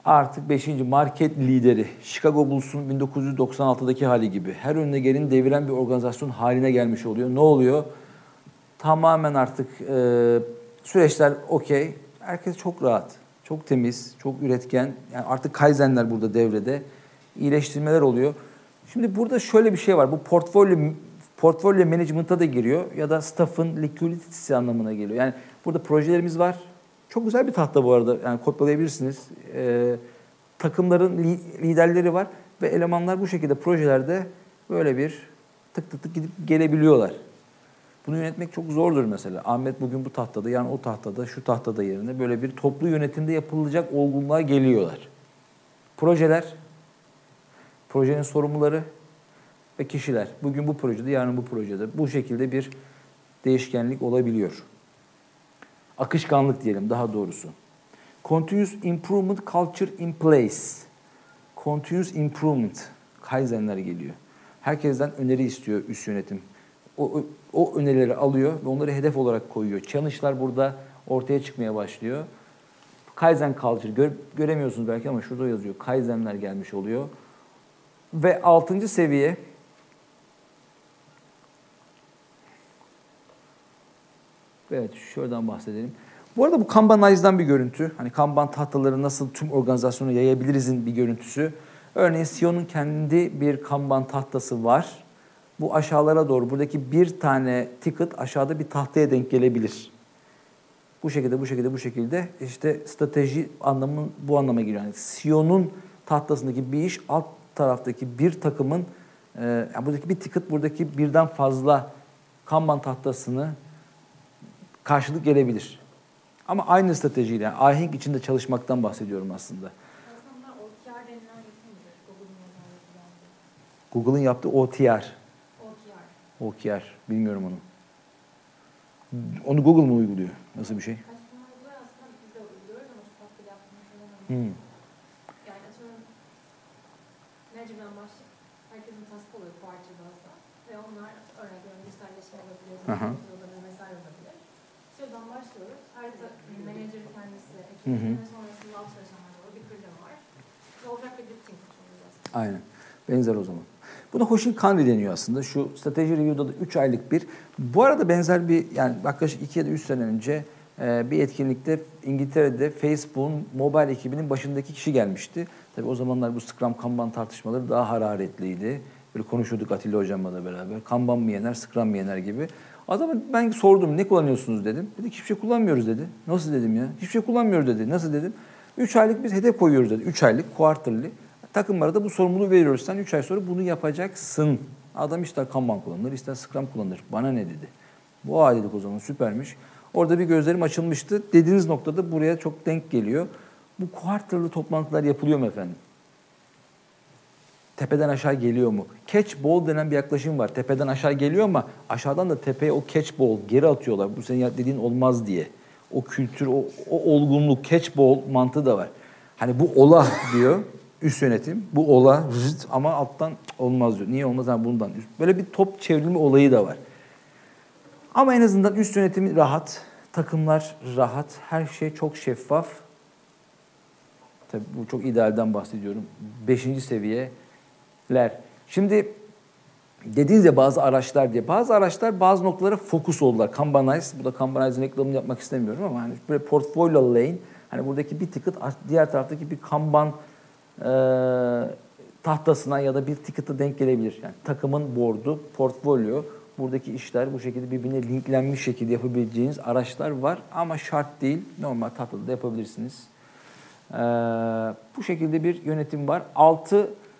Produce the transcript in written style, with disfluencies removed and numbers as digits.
Artık 5. market lideri. Chicago Bulls'un 1996'daki hali gibi. Her önüne geleni deviren bir organizasyon haline gelmiş oluyor. Ne oluyor? Tamamen artık süreçler okey. Herkes çok rahat, çok temiz, çok üretken. Yani artık Kaizen'ler burada devrede. İyileştirmeler oluyor. Şimdi burada şöyle bir şey var. Bu portfolyo management'a da giriyor ya da staff'ın liquidity anlamına geliyor. Yani burada projelerimiz var. Çok güzel bir tahta bu arada. Yani kopyalayabilirsiniz. Takımların liderleri var ve elemanlar bu şekilde projelerde böyle bir tık tık tık gidip gelebiliyorlar. Bunu yönetmek çok zordur mesela. Ahmet bugün bu tahtada, yani o tahtada, şu tahtada yerine böyle bir toplu yönetimde yapılacak olgunluğa geliyorlar. Projeler, projenin sorumluları ve kişiler. Bugün bu projede, yarın bu projede. Bu şekilde bir değişkenlik olabiliyor. Akışkanlık diyelim daha doğrusu. Continuous improvement culture in place. Continuous improvement. Kaizenler geliyor. Herkesten öneri istiyor üst yönetim. O önerileri alıyor ve onları hedef olarak koyuyor. Challenge'lar burada ortaya çıkmaya başlıyor. Kaizen culture göremiyorsunuz belki ama şurada yazıyor. Kaizenler gelmiş oluyor. Ve 6. seviye evet şuradan bahsedelim. Bu arada bu Kanbanize'dan bir görüntü. Hani Kanban tahtaları nasıl tüm organizasyona yayabilirizin bir görüntüsü. Örneğin Sion'un kendi bir Kanban tahtası var. Bu aşağılara doğru buradaki bir tane ticket aşağıda bir tahtaya denk gelebilir. Bu şekilde işte strateji anlamı bu anlama geliyor. Yani Sion'un tahtasındaki bir iş alt taraftaki bir takımın yani buradaki bir ticket buradaki birden fazla Kanban tahtasını karşılık gelebilir. Ama aynı stratejiyle, yani ahenk içinde çalışmaktan bahsediyorum aslında. Aslında OKR denilen yapımdır. Google'ın yaptığı OTR. OKR. Bilmiyorum onu. Onu Google mu uyguluyor? Nasıl bir şey? Aslında biz de uyguluyoruz ama çok fazla yaptığımız zaman. Yani atıyorum Manager'dan başlayıp herkesin task'ı oluyor quarter bazda. Ve onlar örnek veriyorum dijitalleşme olabilir, vesaire olabilir. Şuradan başlıyoruz. Her manager kendisi, ekibinin ve sonrasında alt çalışanlar var. Bir kırılım var. Ve ortak bir team oluyoruz. Aynen. Benzer o zaman. Buna Hoshinkanri deniyor aslında. Şu strateji review'da da 3 aylık bir. Bu arada benzer bir, yani yaklaşık 2 ya da 3 sene önce bir etkinlikte İngiltere'de Facebook'un mobile ekibinin başındaki kişi gelmişti. Tabii o zamanlar bu Scrum Kanban tartışmaları daha hararetliydi. Böyle konuşuyorduk Atilla hocamla da beraber. Kanban mı yener, Scrum mı yener gibi. Adama ben sordum, ne kullanıyorsunuz dedim. Dedi hiçbir şey kullanmıyoruz dedi. Nasıl dedim ya? Hiçbir şey kullanmıyoruz dedi. Nasıl dedim? 3 aylık biz hedef koyuyoruz dedi. 3 aylık, quarterly. Takımlara da bu sorumluluğu veriyoruz. Sen 3 ay sonra bunu yapacaksın. Adam ister Kanban kullanır, ister Scrum kullanır. Bana ne dedi? Bu dedik o zaman, süpermiş. Orada bir gözlerim açılmıştı. Dediğiniz noktada buraya çok denk geliyor. Bu quarterly toplantılar yapılıyor mu efendim? Tepeden aşağı geliyor mu? Catch ball denen bir yaklaşım var. Tepeden aşağı geliyor ama aşağıdan da tepeye o catch ball geri atıyorlar. Bu senin dediğin olmaz diye. O kültür, o olgunluk, catch ball mantığı da var. Hani bu ola diyor üst yönetim. Bu ola ama alttan olmaz diyor. Niye olmaz? Yani bundan. Böyle bir top çevrilme olayı da var. Ama en azından üst yönetimi rahat. Takımlar rahat. Her şey çok şeffaf. Tabii bu çok idealden bahsediyorum. 5. seviyeler. Şimdi dediğiniz ya bazı araçlar diye. Bazı araçlar bazı noktalara fokus oldular. Kanbanize. Bu da Kanbanize'in reklamını yapmak istemiyorum ama hani böyle portfolio lane. Hani buradaki bir ticket diğer taraftaki bir Kanban tahtasına ya da bir ticket'a denk gelebilir. Yani takımın board'u, portfolyo, buradaki işler bu şekilde birbirine linklenmiş şekilde yapabileceğiniz araçlar var. Ama şart değil. Normal tahtada da yapabilirsiniz. Bu şekilde bir yönetim var. 6